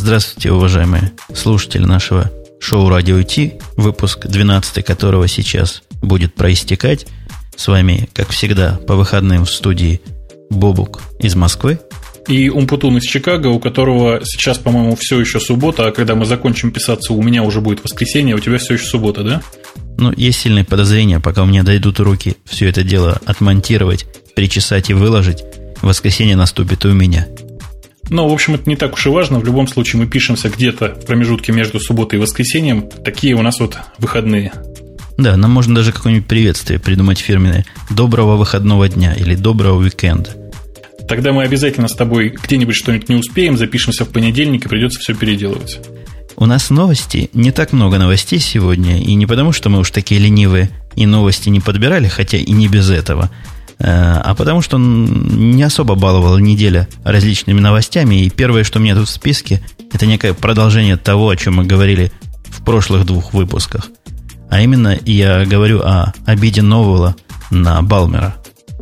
Здравствуйте, уважаемые слушатели нашего шоу «Радио Ти», выпуск 12, которого сейчас будет проистекать. С вами, как всегда, по выходным в студии Бобук из Москвы. И Умпутун из Чикаго, у которого сейчас, по-моему, все еще суббота, а когда мы закончим писаться, у меня уже будет воскресенье, а у тебя все еще суббота, да? Ну, есть сильные подозрения, пока у меня дойдут руки все это дело отмонтировать, причесать и выложить, воскресенье наступит и у меня. Ну, в общем, это не так уж и важно. В любом случае, мы пишемся где-то в промежутке между субботой и воскресеньем. Такие у нас вот выходные. Да, нам можно даже какое-нибудь приветствие придумать фирменное. Доброго выходного дня или доброго уикенда. Тогда мы обязательно с тобой где-нибудь что-нибудь не успеем, запишемся в понедельник и придется все переделывать. У нас новости, не так много новостей сегодня, и не потому, что мы уж такие ленивые и новости не подбирали, хотя и не без этого, а потому что не особо баловала неделя различными новостями, и первое, что у меня тут в списке, это некое продолжение того, о чем мы говорили в прошлых двух выпусках. А именно, я говорю о обиде Новелла на Балмера.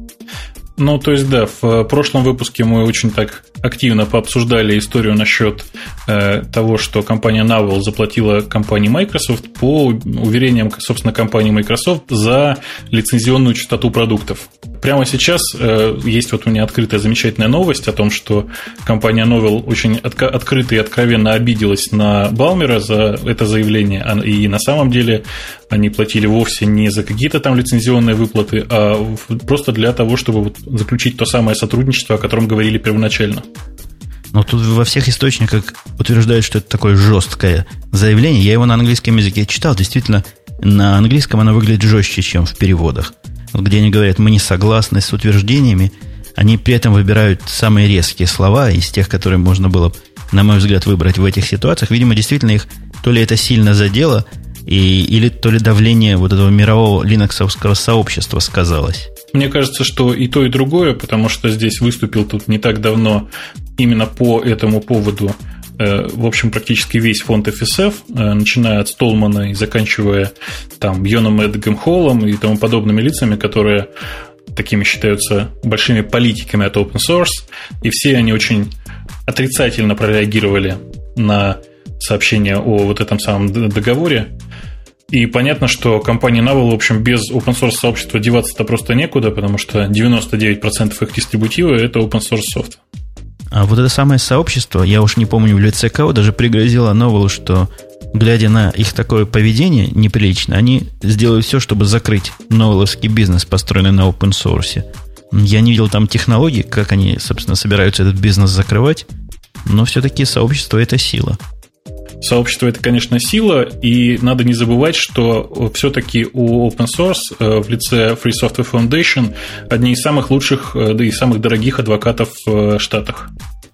Ну, то есть, да, в прошлом выпуске мы очень так активно пообсуждали историю насчет того, что компания Novell заплатила компании Microsoft по уверениям, собственно, компании Microsoft за лицензионную частоту продуктов. Прямо сейчас есть вот у меня открытая замечательная новость о том, что компания Novell очень открыто и откровенно обиделась на Балмера за это заявление, и на самом деле они платили вовсе не за какие-то там лицензионные выплаты, а просто для того, чтобы вот заключить то самое сотрудничество, о котором говорили первоначально. Но тут во всех источниках утверждают, что это такое жесткое заявление. Я его на английском языке читал. Действительно, на английском оно выглядит жестче, чем в переводах. Вот где они говорят, мы не согласны с утверждениями, они при этом выбирают самые резкие слова из тех, которые можно было, на мой взгляд, выбрать в этих ситуациях. Видимо, действительно их то ли это сильно задело, или то ли давление вот этого мирового линоксовского сообщества сказалось. Мне кажется, что и то, и другое, потому что здесь выступил тут не так давно именно по этому поводу, в общем, практически весь фонд FSF, начиная от Столмана и заканчивая там Йоном Эдгом Холлом и тому подобными лицами, которые такими считаются большими политиками от open source, и все они очень отрицательно прореагировали на сообщение о вот этом самом договоре. И понятно, что компания Novell, в общем, без open-source сообщества деваться-то просто некуда, потому что 99% их дистрибутива – это open-source софт. А вот это самое сообщество, я уж не помню в лице кого, даже пригрозило Novell, что, глядя на их такое поведение неприличное, они сделают все, чтобы закрыть новелловский бизнес, построенный на open-source. Я не видел там технологий, как они, собственно, собираются этот бизнес закрывать, но все-таки сообщество – это сила. Сообщество – это, конечно, сила, и надо не забывать, что все-таки у open source в лице Free Software Foundation одни из самых лучших, да и самых дорогих адвокатов в Штатах.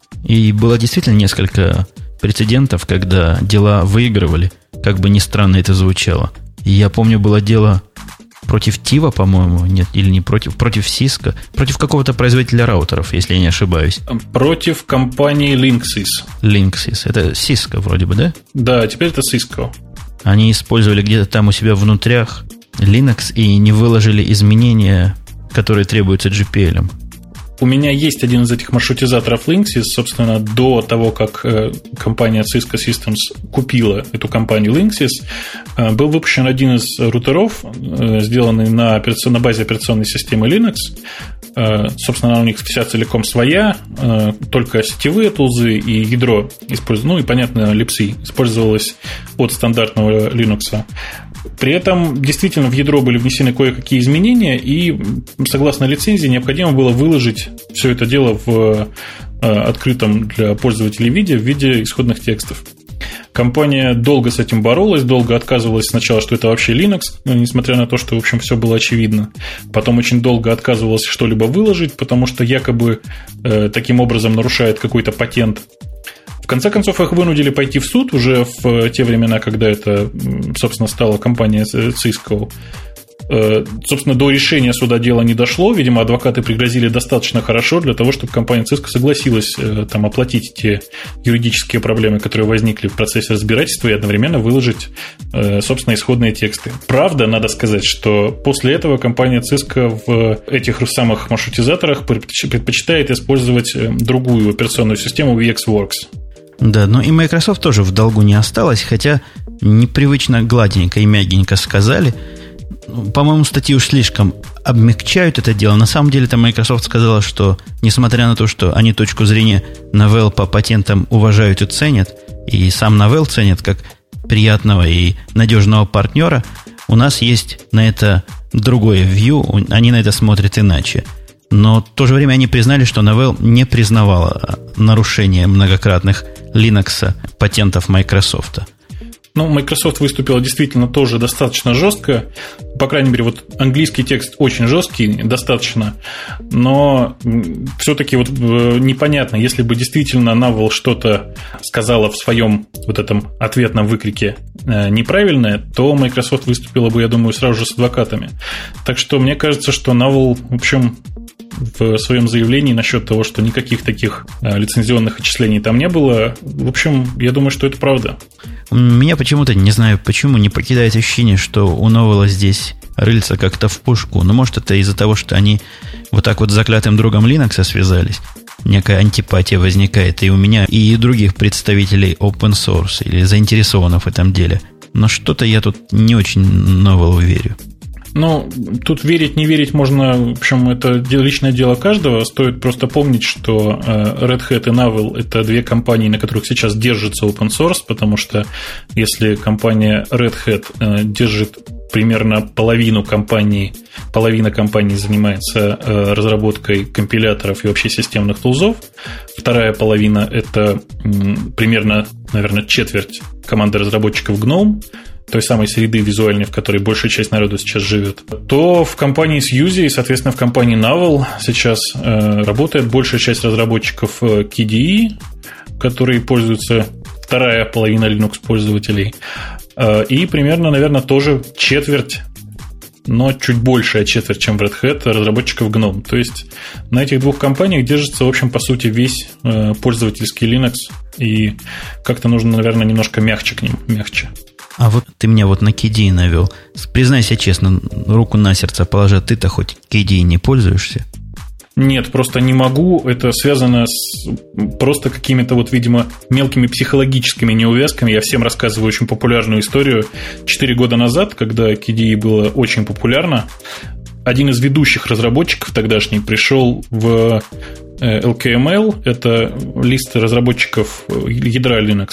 И было действительно несколько прецедентов, когда дела выигрывали, как бы ни странно это звучало. И я помню, было дело против Тива, по-моему, нет, или не против Cisco, против какого-то производителя раутеров, если я не ошибаюсь. Против компании Linksys. Linksys, это Cisco вроде бы, да? Да, теперь это Cisco. Они использовали где-то там у себя внутрях Linux и не выложили изменения, которые требуются GPL. У меня есть один из этих маршрутизаторов Linksys, собственно, до того, как компания Cisco Systems купила эту компанию Linksys, был выпущен один из рутеров, сделанный на базе операционной системы Linux. Собственно, она у них вся целиком своя, только сетевые тулзы и ядро используются, ну и, понятно, липсы использовалось от стандартного Linux. При этом действительно в ядро были внесены кое-какие изменения, и согласно лицензии необходимо было выложить все это дело в открытом для пользователей виде в виде исходных текстов. Компания долго с этим боролась, долго отказывалась сначала, что это вообще Linux, несмотря на то, что, в общем, все было очевидно. Потом очень долго отказывалась что-либо выложить, потому что якобы таким образом нарушает какой-то патент. В конце концов, их вынудили пойти в суд уже в те времена, когда это, собственно, стала компания Cisco. Собственно, до решения суда дело не дошло. Видимо, адвокаты пригрозили достаточно хорошо для того, чтобы компания Cisco согласилась там оплатить те юридические проблемы, которые возникли в процессе разбирательства, и одновременно выложить, собственно, исходные тексты. Правда, надо сказать, что после этого компания Cisco в этих самых маршрутизаторах предпочитает использовать другую операционную систему VxWorks. Да, но и Microsoft тоже в долгу не осталась, хотя непривычно гладенько и мягенько сказали. По-моему, статьи уж слишком обмягчают это дело. На самом деле, Microsoft сказала, что, несмотря на то, что они точку зрения Novell по патентам уважают и ценят, и сам Novell ценят как приятного и надежного партнера, у нас есть на это другое view, они на это смотрят иначе. Но в то же время они признали, что Novell не признавала нарушение многократных Linux патентов Microsoft. Ну, Microsoft выступила действительно тоже достаточно жестко. По крайней мере, вот английский текст очень жесткий, достаточно. Но все-таки вот непонятно, если бы действительно Novell что-то сказала в своем вот этом ответном выкрике неправильное, то Microsoft выступила бы, я думаю, сразу же с адвокатами. Так что мне кажется, что Novell, в общем, в своем заявлении насчет того, что никаких таких лицензионных отчислений там не было, в общем, я думаю, что это правда. Меня почему-то, не знаю почему, не покидает ощущение, что у Novell здесь рыльца как-то в пушку. Но может это из-за того, что они вот так вот с заклятым другом Linux связались. Некая антипатия возникает и у меня, и у других представителей open source или заинтересованных в этом деле. Но что-то я тут не очень Novell верю. Ну, тут верить, не верить можно, в общем, это личное дело каждого. Стоит просто помнить, что Red Hat и Novell – это две компании, на которых сейчас держится open source, потому что если компания Red Hat держит примерно половина компании занимается разработкой компиляторов и вообще системных тулзов, вторая половина – это примерно, наверное, четверть команды разработчиков GNOME, той самой среды визуальной, в которой большая часть народу сейчас живет, то в компании Suse и, соответственно, в компании Novell сейчас работает большая часть разработчиков KDE, которые пользуются вторая половина Linux-пользователей, и примерно, наверное, тоже четверть, но чуть большая четверть, чем в Red Hat, разработчиков GNOME. То есть на этих двух компаниях держится, в общем, по сути, весь пользовательский Linux, и как-то нужно, наверное, немножко мягче к ним, мягче. А вот ты меня вот на KDE навел. Признайся честно, руку на сердце положа, ты-то хоть KDE не пользуешься? Нет, просто не могу. Это связано с просто какими-то вот, видимо, мелкими психологическими неувязками. Я всем рассказываю очень популярную историю. 4 года назад, когда KDE было очень популярно, один из ведущих разработчиков тогдашний пришел в LKML, это лист разработчиков ядра Linux,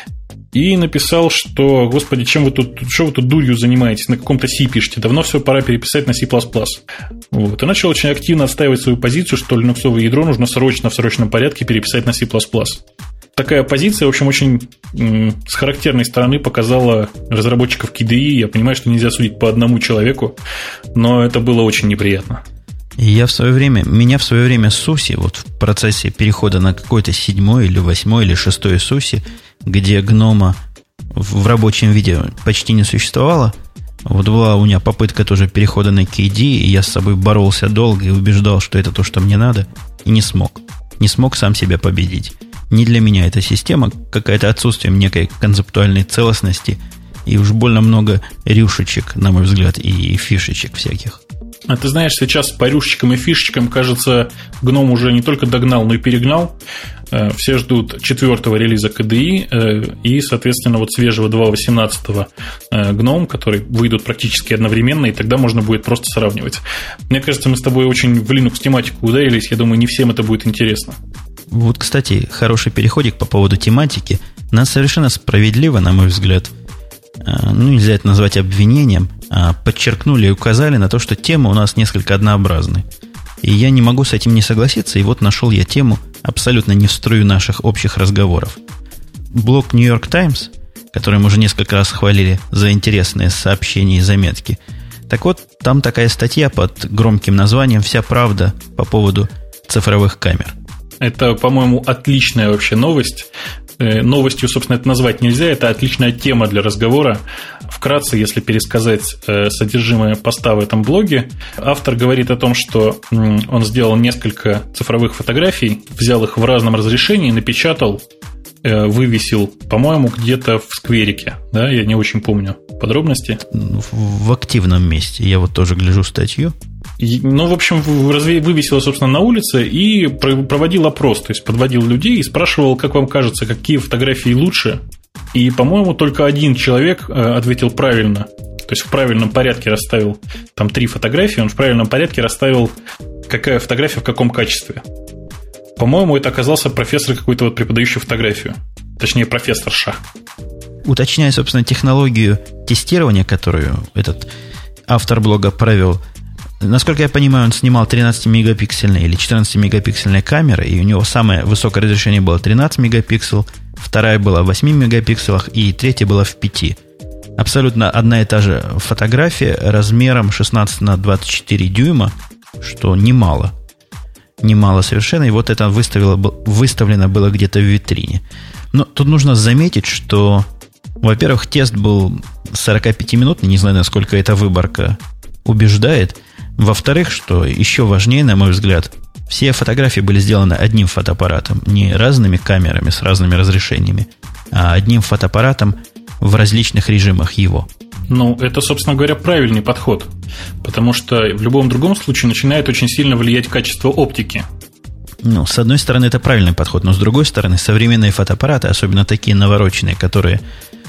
и написал, что, господи, что вы тут дурью занимаетесь, на каком-то C пишете, давно все, пора переписать на C++. Вот. И начал очень активно отстаивать свою позицию, что линуксовое ядро нужно срочно, в срочном порядке переписать на C++. Такая позиция, в общем, очень с характерной стороны показала разработчиков KDE. Я понимаю, что нельзя судить по одному человеку, но это было очень неприятно. Меня в свое время SUSE, вот в процессе перехода на какой-то 7 или 8 или 6 SUSE, где гнома в рабочем виде почти не существовало, вот была у меня попытка тоже перехода на KDE, и я с собой боролся долго и убеждал, что это то, что мне надо, и не смог. Не смог сам себя победить. Не для меня эта система, какое-то отсутствие некой концептуальной целостности, и уж больно много рюшечек, на мой взгляд, и фишечек всяких. А ты знаешь, сейчас по рюшечкам и фишечкам, кажется, GNOME уже не только догнал, но и перегнал. Все ждут 4-го релиза KDE и, соответственно, вот свежего 2.18 GNOME, которые выйдут практически одновременно, и тогда можно будет просто сравнивать. Мне кажется, мы с тобой очень в Linux тематику ударились. Я думаю, не всем это будет интересно. Вот, кстати, хороший переходик по поводу тематики. Нас совершенно справедливо, на мой взгляд, нельзя это назвать обвинением, подчеркнули и указали на то, что темы у нас несколько однообразны. И я не могу с этим не согласиться, и вот нашел я тему абсолютно не в струю наших общих разговоров. Блог New York Times, который мы уже несколько раз хвалили за интересные сообщения и заметки. Так вот, там такая статья под громким названием «Вся правда по поводу цифровых камер». Это, по-моему, отличная вообще новость. Новостью, собственно, это назвать нельзя. Это отличная тема для разговора. Вкратце, если пересказать содержимое поста в этом блоге, автор говорит о том, что он сделал несколько цифровых фотографий, взял их в разном разрешении, напечатал вывесил, по-моему, где-то в скверике. Да, я не очень помню подробности. В активном месте. Я вот тоже гляжу статью. Ну, в общем, вывесил, собственно, на улице и проводил опрос. То есть подводил людей и спрашивал, как вам кажется, какие фотографии лучше. И, по-моему, только один человек ответил правильно. То есть в правильном порядке расставил там 3 фотографии, он в правильном порядке расставил, какая фотография в каком качестве. По-моему, это оказался профессор какой-то вот преподающий фотографию. Точнее, профессорша. Уточняя, собственно, технологию тестирования, которую этот автор блога провел, насколько я понимаю, он снимал 13-мегапиксельной или 14-мегапиксельной камерой, и у него самое высокое разрешение было 13 мегапикселов, вторая была в 8 мегапикселах, и третья была в 5. Абсолютно одна и та же фотография размером 16 на 24 дюйма, что немало. Немало совершенно, и вот это выставлено было где-то в витрине. Но тут нужно заметить, что, во-первых, тест был 45-минутный, не знаю, насколько эта выборка убеждает. Во-вторых, что еще важнее, на мой взгляд, все фотографии были сделаны одним фотоаппаратом, не разными камерами с разными разрешениями, а одним фотоаппаратом в различных режимах его. Ну, это, собственно говоря, правильный подход, потому что в любом другом случае начинает очень сильно влиять качество оптики. Ну, с одной стороны, это правильный подход, но с другой стороны, современные фотоаппараты, особенно такие навороченные, которые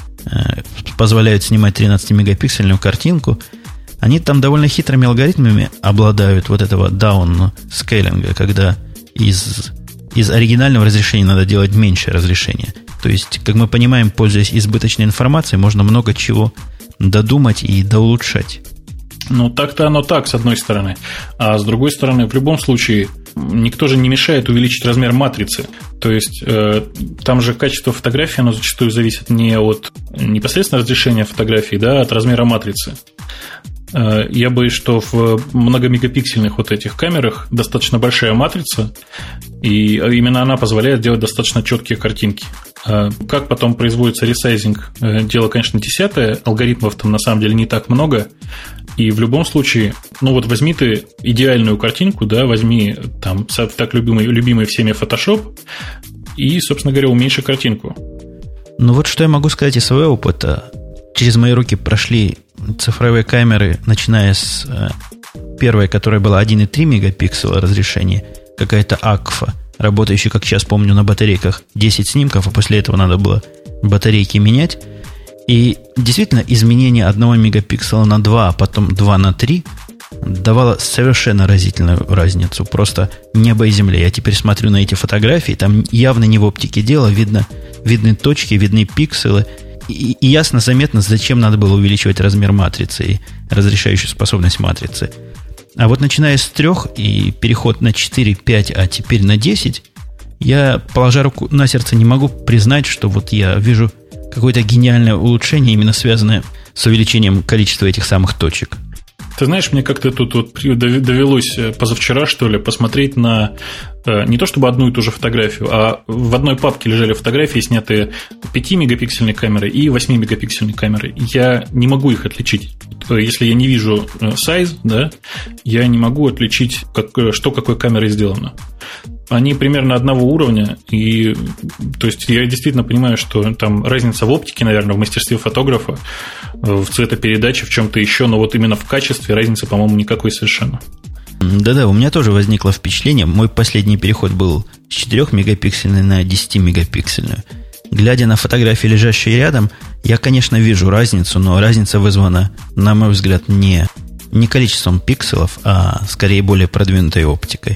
позволяют снимать 13-мегапиксельную картинку, они там довольно хитрыми алгоритмами обладают вот этого даун-скейлинга, когда из оригинального разрешения надо делать меньшее разрешение. То есть, как мы понимаем, пользуясь избыточной информацией, можно много чего додумать и доулучшать. Ну, так-то оно так, с одной стороны. А с другой стороны, в любом случае, никто же не мешает увеличить размер матрицы. То есть, там же качество фотографии, оно зачастую зависит не от непосредственно разрешения фотографии, да, а от размера матрицы. Я боюсь, что в многомегапиксельных вот этих камерах достаточно большая матрица, и именно она позволяет делать достаточно четкие картинки. Как потом производится ресайзинг, дело, конечно, десятое, алгоритмов там на самом деле не так много, и в любом случае, ну вот возьми ты идеальную картинку, да, возьми там так любимый всеми Photoshop и, собственно говоря, уменьши картинку. Ну вот что я могу сказать из своего опыта. Через мои руки прошли цифровые камеры, начиная с первой, которая была 1,3 мегапикселя разрешения, какая-то Акфа, работающая, как сейчас помню, на батарейках 10 снимков, а после этого надо было батарейки менять. И действительно, изменение 1 мегапикселя на 2, а потом 2 на 3 давало совершенно разительную разницу. Просто небо и земля. Я теперь смотрю на эти фотографии, там явно не в оптике дело, видны точки, видны пикселы. И ясно, заметно, зачем надо было увеличивать размер матрицы и разрешающую способность матрицы. А вот начиная с 3 и переход на 4, 5, а теперь на 10, я, положа руку на сердце, не могу признать, что вот я вижу какое-то гениальное улучшение, именно связанное с увеличением количества этих самых точек. Ты знаешь, мне как-то тут вот довелось позавчера, что ли, посмотреть на не то чтобы одну и ту же фотографию, а в одной папке лежали фотографии, снятые 5-мегапиксельной камерой и 8-мегапиксельной камерой. Я не могу их отличить. Если я не вижу size, да, я не могу отличить, что какой камерой сделано. Они примерно одного уровня, и то есть я действительно понимаю, что там разница в оптике, наверное, в мастерстве фотографа, в цветопередаче, в чем-то еще, но вот именно в качестве разницы, по-моему, никакой совершенно. Да-да, у меня тоже возникло впечатление. Мой последний переход был с 4-мегапиксельной на 10-мегапиксельную. Глядя на фотографии, лежащие рядом, я, конечно, вижу разницу, но разница вызвана, на мой взгляд, не количеством пикселов, а скорее более продвинутой оптикой.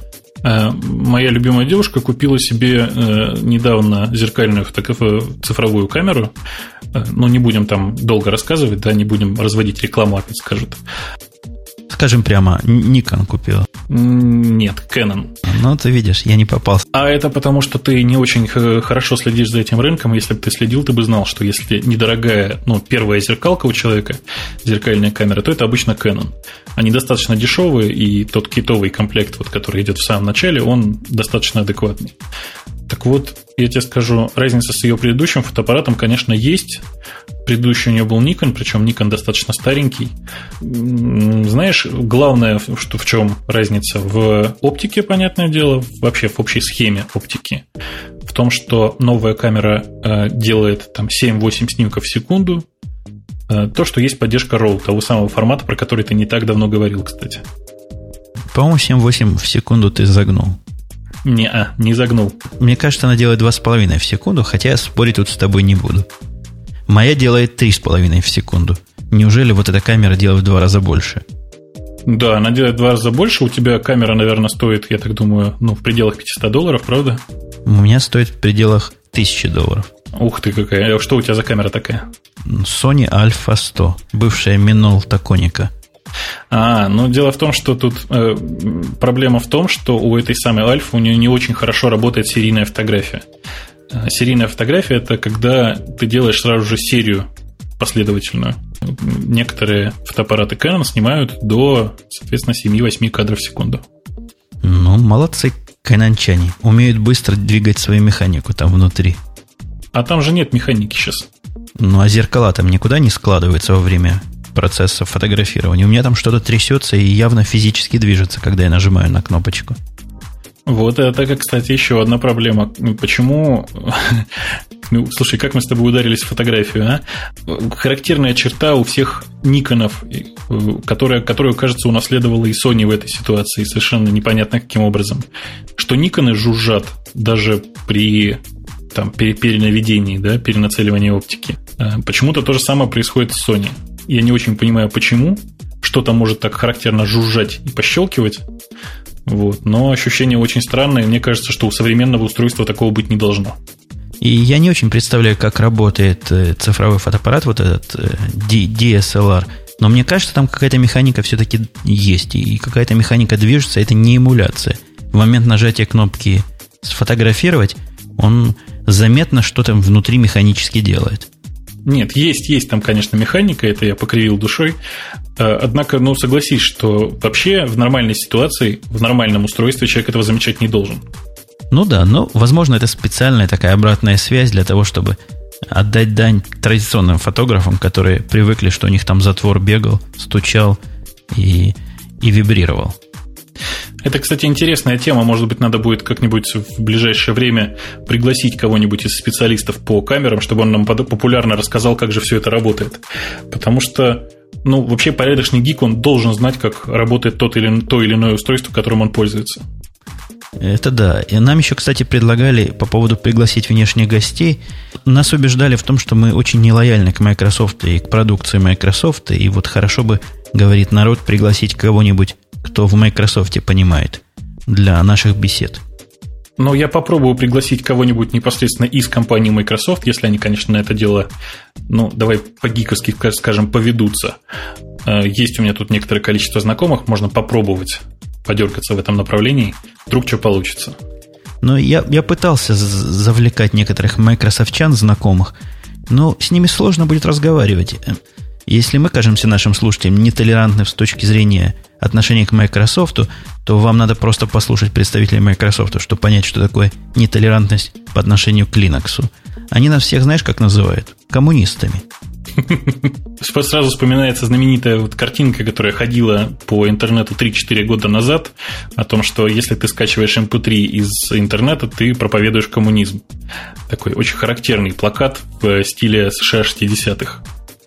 Моя любимая девушка купила себе недавно зеркальную цифровую камеру. Ну, не будем там долго рассказывать, да, не будем разводить рекламу, опять скажут. Скажем прямо, Nikon купила. Нет, Canon. Ну, ты видишь, я не попался. А это потому, что ты не очень хорошо следишь за этим рынком. Если бы ты следил, ты бы знал, что если недорогая, ну, первая зеркалка у человека, зеркальная камера, то это обычно Canon. Они достаточно дешевые, и тот китовый комплект, вот, который идет в самом начале, он достаточно адекватный. Так вот, я тебе скажу, разница с ее предыдущим фотоаппаратом, конечно, есть. Предыдущий у нее был Nikon, причем Nikon достаточно старенький. Знаешь, главное, что в чем разница в оптике, понятное дело, вообще в общей схеме оптики, в том, что новая камера делает там 7-8 снимков в секунду. То, что есть поддержка RAW, того самого формата, про который ты не так давно говорил, кстати. По-моему, 7-8 в секунду ты загнул. Не загнул. Мне кажется, она делает 2,5 в секунду, хотя я спорить тут с тобой не буду. Моя делает 3,5 в секунду. Неужели вот эта камера делает в 2 раза больше? Да, она делает в 2 раза больше. У тебя камера, наверное, стоит, я так думаю, в пределах $500, правда? У меня стоит в пределах $1000. Ух ты, какая. Что у тебя за камера такая? Sony Alpha 100, бывшая Minolta Konica. Дело в том, что тут проблема в том, что у этой самой Альфы у нее не очень хорошо работает серийная фотография. Серийная фотография – это когда ты делаешь сразу же серию последовательную. Некоторые фотоаппараты Canon снимают до, соответственно, 7-8 кадров в секунду. Молодцы канончане. Умеют быстро двигать свою механику там внутри. А там же нет механики сейчас. А зеркала там никуда не складываются во время процесса фотографирования. У меня там что-то трясется и явно физически движется, когда я нажимаю на кнопочку. Вот это, кстати, еще одна проблема. Почему... слушай, как мы с тобой ударились в фотографию, а? Характерная черта у всех Никонов, которую, кажется, унаследовала и Sony в этой ситуации, совершенно непонятно каким образом, что Никоны жужжат даже при перенаведении, перенацеливании оптики. Почему-то то же самое происходит с Sony. Я не очень понимаю, почему. Что-то может так характерно жужжать и пощелкивать. Но ощущение очень странное. Мне кажется, что у современного устройства такого быть не должно. И я не очень представляю, как работает цифровой фотоаппарат, вот этот DSLR. Но мне кажется, там какая-то механика все-таки есть. И какая-то механика движется. Это не эмуляция. В момент нажатия кнопки «Сфотографировать» он заметно что-то внутри механически делает. Нет, есть там, конечно, механика, это я покривил душой. Однако, согласись, что вообще в нормальной ситуации, в нормальном устройстве человек этого замечать не должен. Возможно, это специальная такая обратная связь для того, чтобы отдать дань традиционным фотографам, которые привыкли, что у них там затвор бегал, стучал и вибрировал. Это, кстати, интересная тема. Может быть, надо будет как-нибудь в ближайшее время пригласить кого-нибудь из специалистов по камерам, чтобы он нам популярно рассказал, как же все это работает. Потому что, вообще порядочный гик, он должен знать, как работает то или иное устройство, которым он пользуется. Это да. И нам еще, кстати, предлагали по поводу пригласить внешних гостей. Нас убеждали в том, что мы очень нелояльны к Microsoft и к продукции Microsoft. И вот хорошо бы, говорит народ, пригласить кого-нибудь, кто в Microsoft понимает, для наших бесед. Я попробую пригласить кого-нибудь непосредственно из компании Microsoft, если они, конечно, на это дело, давай по-гиковски скажем, поведутся. Есть у меня тут некоторое количество знакомых, можно попробовать подергаться в этом направлении, вдруг что получится. Я пытался завлекать некоторых майкрософтчан знакомых, но с ними сложно будет разговаривать. Если мы кажемся нашим слушателям нетолерантны с точки зрения отношения к Microsoft, то вам надо просто послушать представителей Microsoft, чтобы понять, что такое нетолерантность по отношению к Linux. Они нас всех, знаешь, как называют? Коммунистами. Сразу вспоминается знаменитая картинка, которая ходила по интернету 3-4 года назад, о том, что если ты скачиваешь MP3 из интернета, ты проповедуешь коммунизм. Такой очень характерный плакат в стиле США 60-х.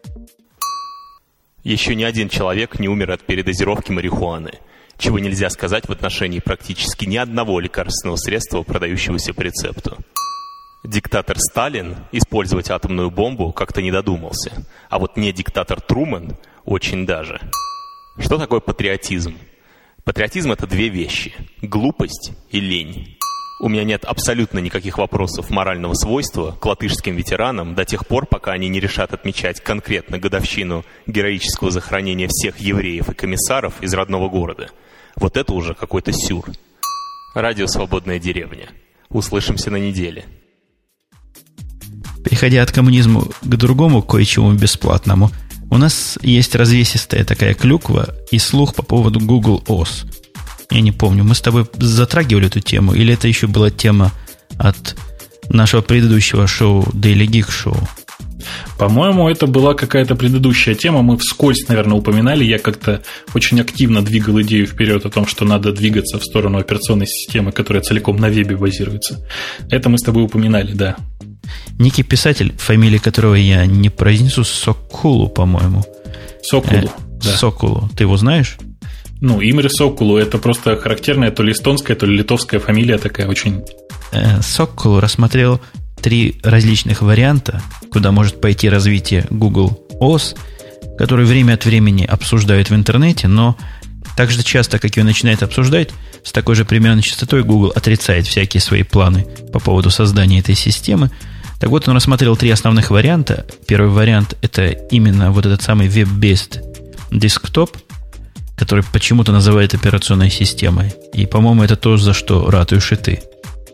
Еще ни один человек не умер от передозировки марихуаны, чего нельзя сказать в отношении практически ни одного лекарственного средства, продающегося по рецепту. Диктатор Сталин использовать атомную бомбу как-то не додумался, а вот не диктатор Трумэн очень даже. Что такое патриотизм? Патриотизм – это две вещи – глупость и лень. У меня нет абсолютно никаких вопросов морального свойства к латышским ветеранам до тех пор, пока они не решат отмечать конкретно годовщину героического захоронения всех евреев и комиссаров из родного города. Вот это уже какой-то сюр. Радио «Свободная деревня». Услышимся на неделе. Переходя от коммунизма к другому кое-чему бесплатному, у нас есть развесистая такая клюква и слух по поводу Google OS. Я не помню, мы с тобой затрагивали эту тему, или это еще была тема от нашего предыдущего шоу Daily Geek Show? По-моему, это была какая-то предыдущая тема. Мы вскользь, наверное, упоминали. Я как-то очень активно двигал идею вперед о том, что надо двигаться в сторону операционной системы, которая целиком на вебе базируется. Это мы с тобой упоминали, да. Некий писатель, фамилия которого я не произнесу, Сокулу, по-моему. Сокулу, да. Сокулу. Ты его знаешь? Ну, Имре Сокулу – это просто характерная то ли эстонская, то ли литовская фамилия такая очень... Сокулу рассмотрел 3 различных варианта, куда может пойти развитие Google OS, который время от времени обсуждают в интернете, но так же часто, как его начинает обсуждать, с такой же примерно частотой Google отрицает всякие свои планы по поводу создания этой системы. Так вот, он рассмотрел 3 основных варианта. Первый вариант – это именно вот этот самый web-based desktop, который почему-то называют операционной системой. И, по-моему, это то, за что ратуешь и ты.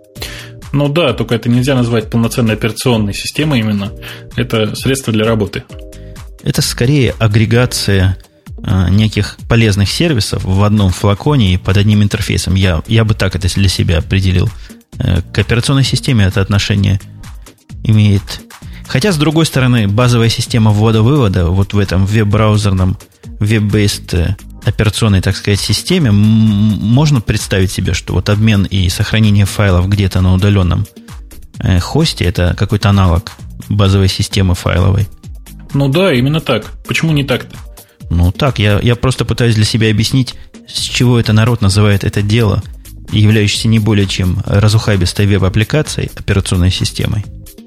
Ну да, только это нельзя назвать полноценной операционной системой именно. Это средство для работы. Это скорее агрегация неких полезных сервисов в одном флаконе и под одним интерфейсом. Я бы так это для себя определил. К операционной системе это отношение имеет. Хотя, с другой стороны, базовая система ввода-вывода вот в этом веб-браузерном, веб-based операционной, так сказать, системе можно представить себе, что вот обмен и сохранение файлов где-то на удаленном хосте – это какой-то аналог базовой системы файловой. Ну да, именно так. Почему не так-то? Ну так, я просто пытаюсь для себя объяснить, с чего это народ называет это дело, являющееся не более чем разухабистой веб-аппликацией, операционной системой.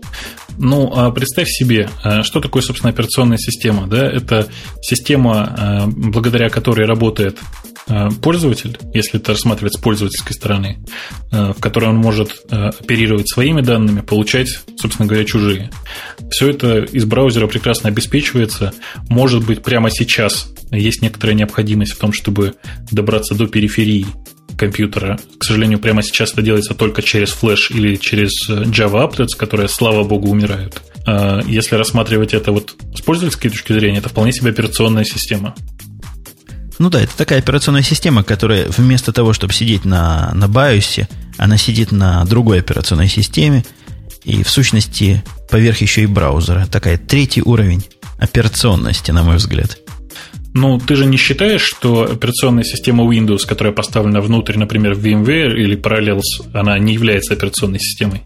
Ну, а представь себе, что такое, собственно, операционная система. Да? Это система, благодаря которой работает пользователь, если это рассматривать с пользовательской стороны, в которой он может оперировать своими данными, получать, собственно говоря, чужие. Все это из браузера прекрасно обеспечивается. Может быть, прямо сейчас есть некоторая необходимость в том, чтобы добраться до периферии компьютера. К сожалению, прямо сейчас это делается только через Flash или через Java Applets, которые, слава богу, умирают. Если рассматривать это вот с пользовательской точки зрения, это вполне себе операционная система. Ну да, это такая операционная система, которая вместо того, чтобы сидеть на BIOS, она сидит на другой операционной системе и в сущности поверх еще и браузера. Такая 3-й уровень операционности, на мой взгляд. Ну, ты же не считаешь, что операционная система Windows, которая поставлена внутрь, например, в VMware или Parallels, она не является операционной системой?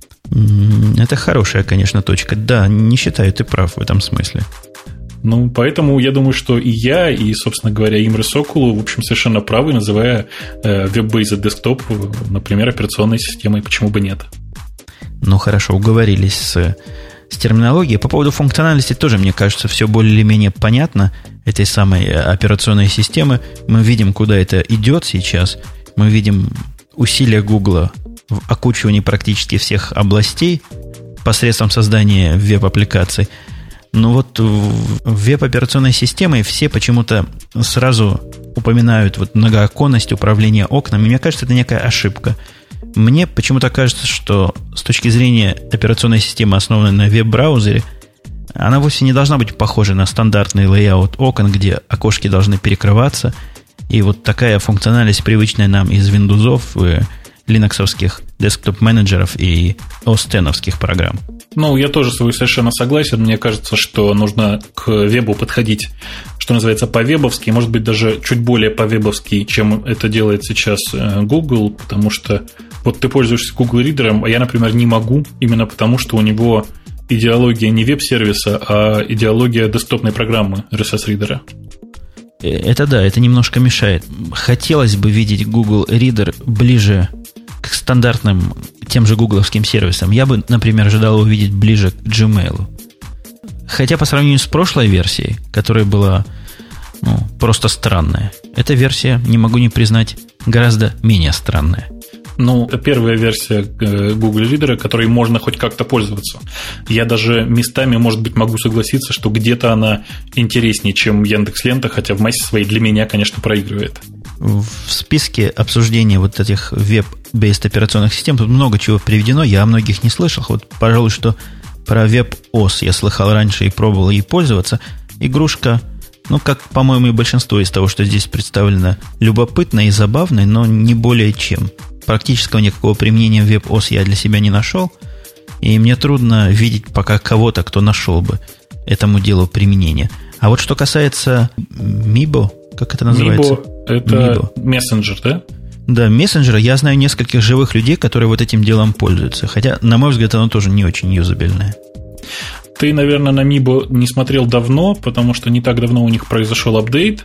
Это хорошая, конечно, точка. Да, не считаю, ты прав в этом смысле. Ну, поэтому я думаю, что и я, и, собственно говоря, Имре Сокулу, в общем, совершенно правы, называя Web-based Desktop, например, операционной системой. Почему бы нет? Ну, хорошо, уговорились с терминологией. По поводу функциональности тоже, мне кажется, все более или менее понятно этой самой операционной системы. Мы видим, куда это идет сейчас. Мы видим усилия Гугла в окучивании практически всех областей посредством создания веб-аппликаций. Но вот в веб-операционной системе все почему-то сразу упоминают вот многооконность, управление окнами. Мне кажется, это некая ошибка. Мне почему-то кажется, что с точки зрения операционной системы, основанной на веб-браузере, она вовсе не должна быть похожа на стандартный лейаут окон, где окошки должны перекрываться. И вот такая функциональность, привычная нам из Windows, линоксовских десктоп-менеджеров и OS-10-овских программ. Ну, я тоже с вами совершенно согласен. Мне кажется, что нужно к вебу подходить, что называется, по-вебовски, может быть, даже чуть более по-вебовски, чем это делает сейчас Google, потому что вот ты пользуешься Google Reader, а я, например, не могу, именно потому что у него идеология не веб-сервиса, а идеология десктопной программы RSS Reader. Это да, это немножко мешает. Хотелось бы видеть Google Reader ближе к стандартным, тем же гугловским сервисам. Я бы, например, ожидал увидеть ближе к Gmail. Хотя по сравнению с прошлой версией, которая была просто странная, эта версия, не могу не признать, гораздо менее странная. Ну, это первая версия Google Reader, которой можно хоть как-то пользоваться. Я даже местами, может быть, могу согласиться, что где-то она интереснее, чем Яндекс.Лента, хотя в массе своей для меня, конечно, проигрывает. В списке обсуждения вот этих веб-based операционных систем тут много чего приведено, я о многих не слышал. Вот, пожалуй, что про WebOS я слыхал раньше и пробовал ей пользоваться. Игрушка, как, по-моему, и большинство из того, что здесь представлено, любопытной и забавной, но не более чем. Практического никакого применения в WebOS я для себя не нашел. И мне трудно видеть пока кого-то, кто нашел бы этому делу применение. А вот что касается Мибо, как это называется? Мибо – это мессенджер, да? Да, мессенджера. Я знаю нескольких живых людей, которые вот этим делом пользуются. Хотя, на мой взгляд, оно тоже не очень юзабельное. Ты, наверное, на Мибо не смотрел давно, потому что не так давно у них произошел апдейт.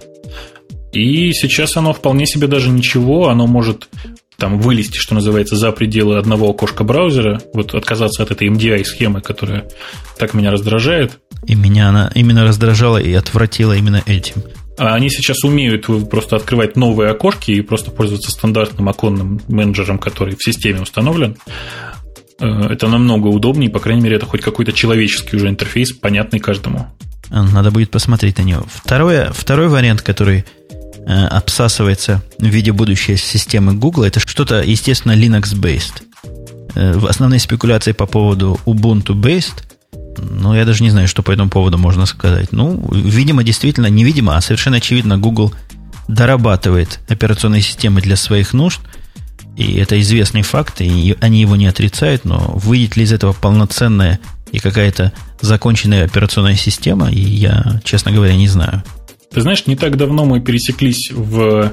И сейчас оно вполне себе даже ничего. Оно может там вылезти, что называется, за пределы одного окошка браузера. Вот отказаться от этой MDI-схемы, которая так меня раздражает. И меня она именно раздражала и отвратила именно этим. А они сейчас умеют просто открывать новые окошки и просто пользоваться стандартным оконным менеджером, который в системе установлен. Это намного удобнее, по крайней мере, это хоть какой-то человеческий уже интерфейс, понятный каждому. Надо будет посмотреть на него. Второй вариант, который обсасывается в виде будущей системы Google, это что-то, естественно, Linux-based. Основные спекуляции по поводу Ubuntu-based, я даже не знаю, что по этому поводу можно сказать. Видимо, действительно, невидимо, а совершенно очевидно, Google дорабатывает операционные системы для своих нужд, и это известный факт, и они его не отрицают, но выйдет ли из этого полноценная и какая-то законченная операционная система, и я, честно говоря, не знаю. Ты знаешь, не так давно мы пересеклись в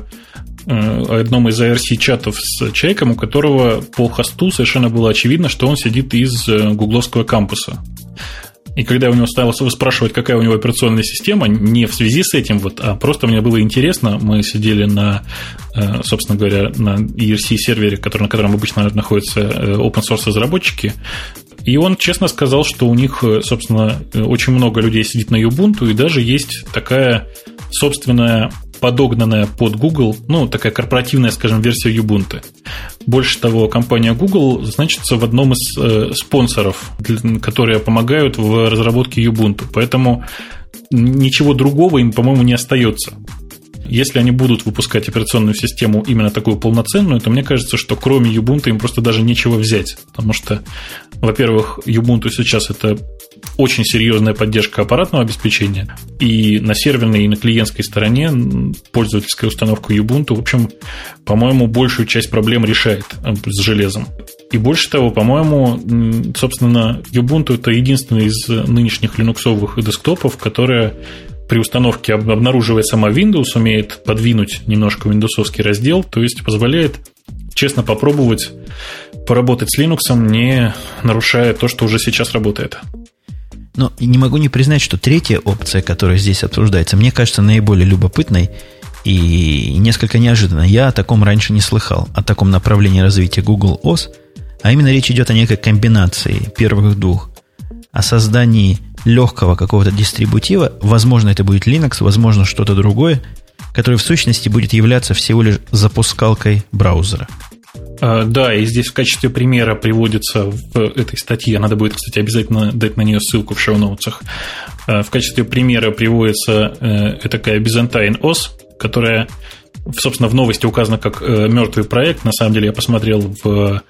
одном из IRC-чатов с человеком, у которого по хосту совершенно было очевидно, что он сидит из гугловского кампуса. И когда я у него стал спрашивать, какая у него операционная система, не в связи с этим, а просто мне было интересно, мы сидели на, собственно говоря, на ERC-сервере, на котором обычно находятся open-source разработчики, и он честно сказал, что у них, собственно, очень много людей сидит на Ubuntu, и даже есть такая собственная подогнанная под Google, такая корпоративная, скажем, версия Ubuntu. Больше того, компания Google значится в одном из спонсоров, которые помогают в разработке Ubuntu. Поэтому ничего другого им, по-моему, не остается. Если они будут выпускать операционную систему именно такую полноценную, то мне кажется, что кроме Ubuntu им просто даже нечего взять. Потому что, во-первых, Ubuntu сейчас это очень серьезная поддержка аппаратного обеспечения. И на серверной, и на клиентской стороне пользовательская установка Ubuntu, в общем, по-моему, большую часть проблем решает с железом. И больше того, по-моему, собственно, Ubuntu это единственный из нынешних линуксовых десктопов, которая при установке, обнаруживая сама Windows, умеет подвинуть немножко виндовсовский раздел, то есть позволяет честно попробовать поработать с Linux, не нарушая то, что уже сейчас работает. Но не могу не признать, что третья опция, которая здесь обсуждается, мне кажется наиболее любопытной и несколько неожиданной. Я о таком раньше не слыхал, о таком направлении развития Google OS, а именно речь идет о некой комбинации первых двух, о создании легкого какого-то дистрибутива, возможно, это будет Linux, возможно, что-то другое, который в сущности будет являться всего лишь запускалкой браузера. Да, и здесь в качестве примера приводится в этой статье, надо будет, кстати, обязательно дать на нее ссылку в шоу-ноутсах, в качестве примера приводится такая Byzantine OS, которая, собственно, в новости указана как мертвый проект. На самом деле я посмотрел в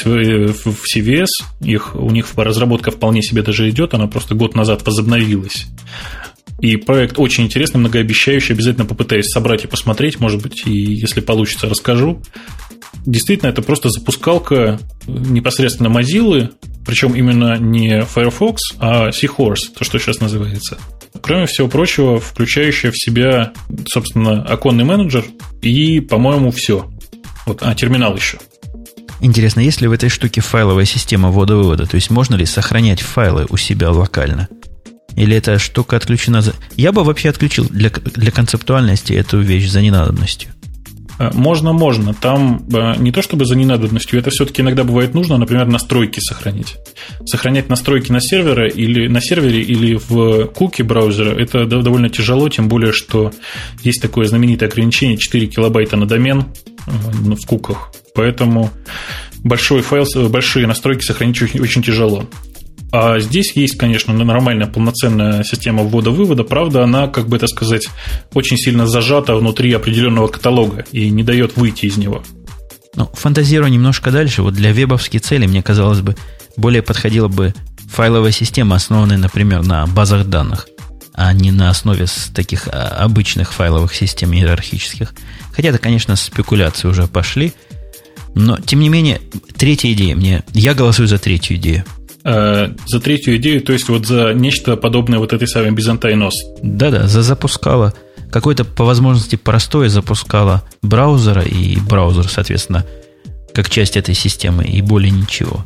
CVS, у них разработка вполне себе даже идет, она просто год назад возобновилась. И проект очень интересный, многообещающий. Обязательно попытаюсь собрать и посмотреть. Может быть, и если получится, расскажу. Действительно, это просто запускалка непосредственно Mozilla, причем именно не Firefox, а Seahorse, то, что сейчас называется. Кроме всего прочего, включающая в себя, собственно, оконный менеджер и, по-моему, все. Терминал еще. Интересно, есть ли в этой штуке файловая система ввода-вывода? То есть можно ли сохранять файлы у себя локально? Или эта штука отключена? Я бы вообще отключил для концептуальности эту вещь за ненадобностью. Можно. Там не то чтобы за ненадобностью, это все-таки иногда бывает нужно, например, настройки сохранить. Сохранять настройки на сервере или в куки браузера это довольно тяжело, тем более, что есть такое знаменитое ограничение 4 килобайта на домен в куках. Поэтому большой файл, большие настройки сохранить очень, очень тяжело. А здесь есть, конечно, нормальная полноценная система ввода-вывода, правда, она, как бы это сказать, очень сильно зажата внутри определенного каталога и не дает выйти из него. Фантазируя немножко дальше, для вебовских целей, мне казалось бы, более подходила бы файловая система, основанная, например, на базах данных, а не на основе таких обычных файловых систем иерархических. Хотя это, конечно, спекуляции уже пошли, но, тем не менее, третья идея я голосую за третью идею. За третью идею, то есть вот за нечто подобное вот этой самой Byzantine OS. Да-да, запускала какое-то по возможности простое, запускала браузера, и браузер, соответственно, как часть этой системы, и более ничего.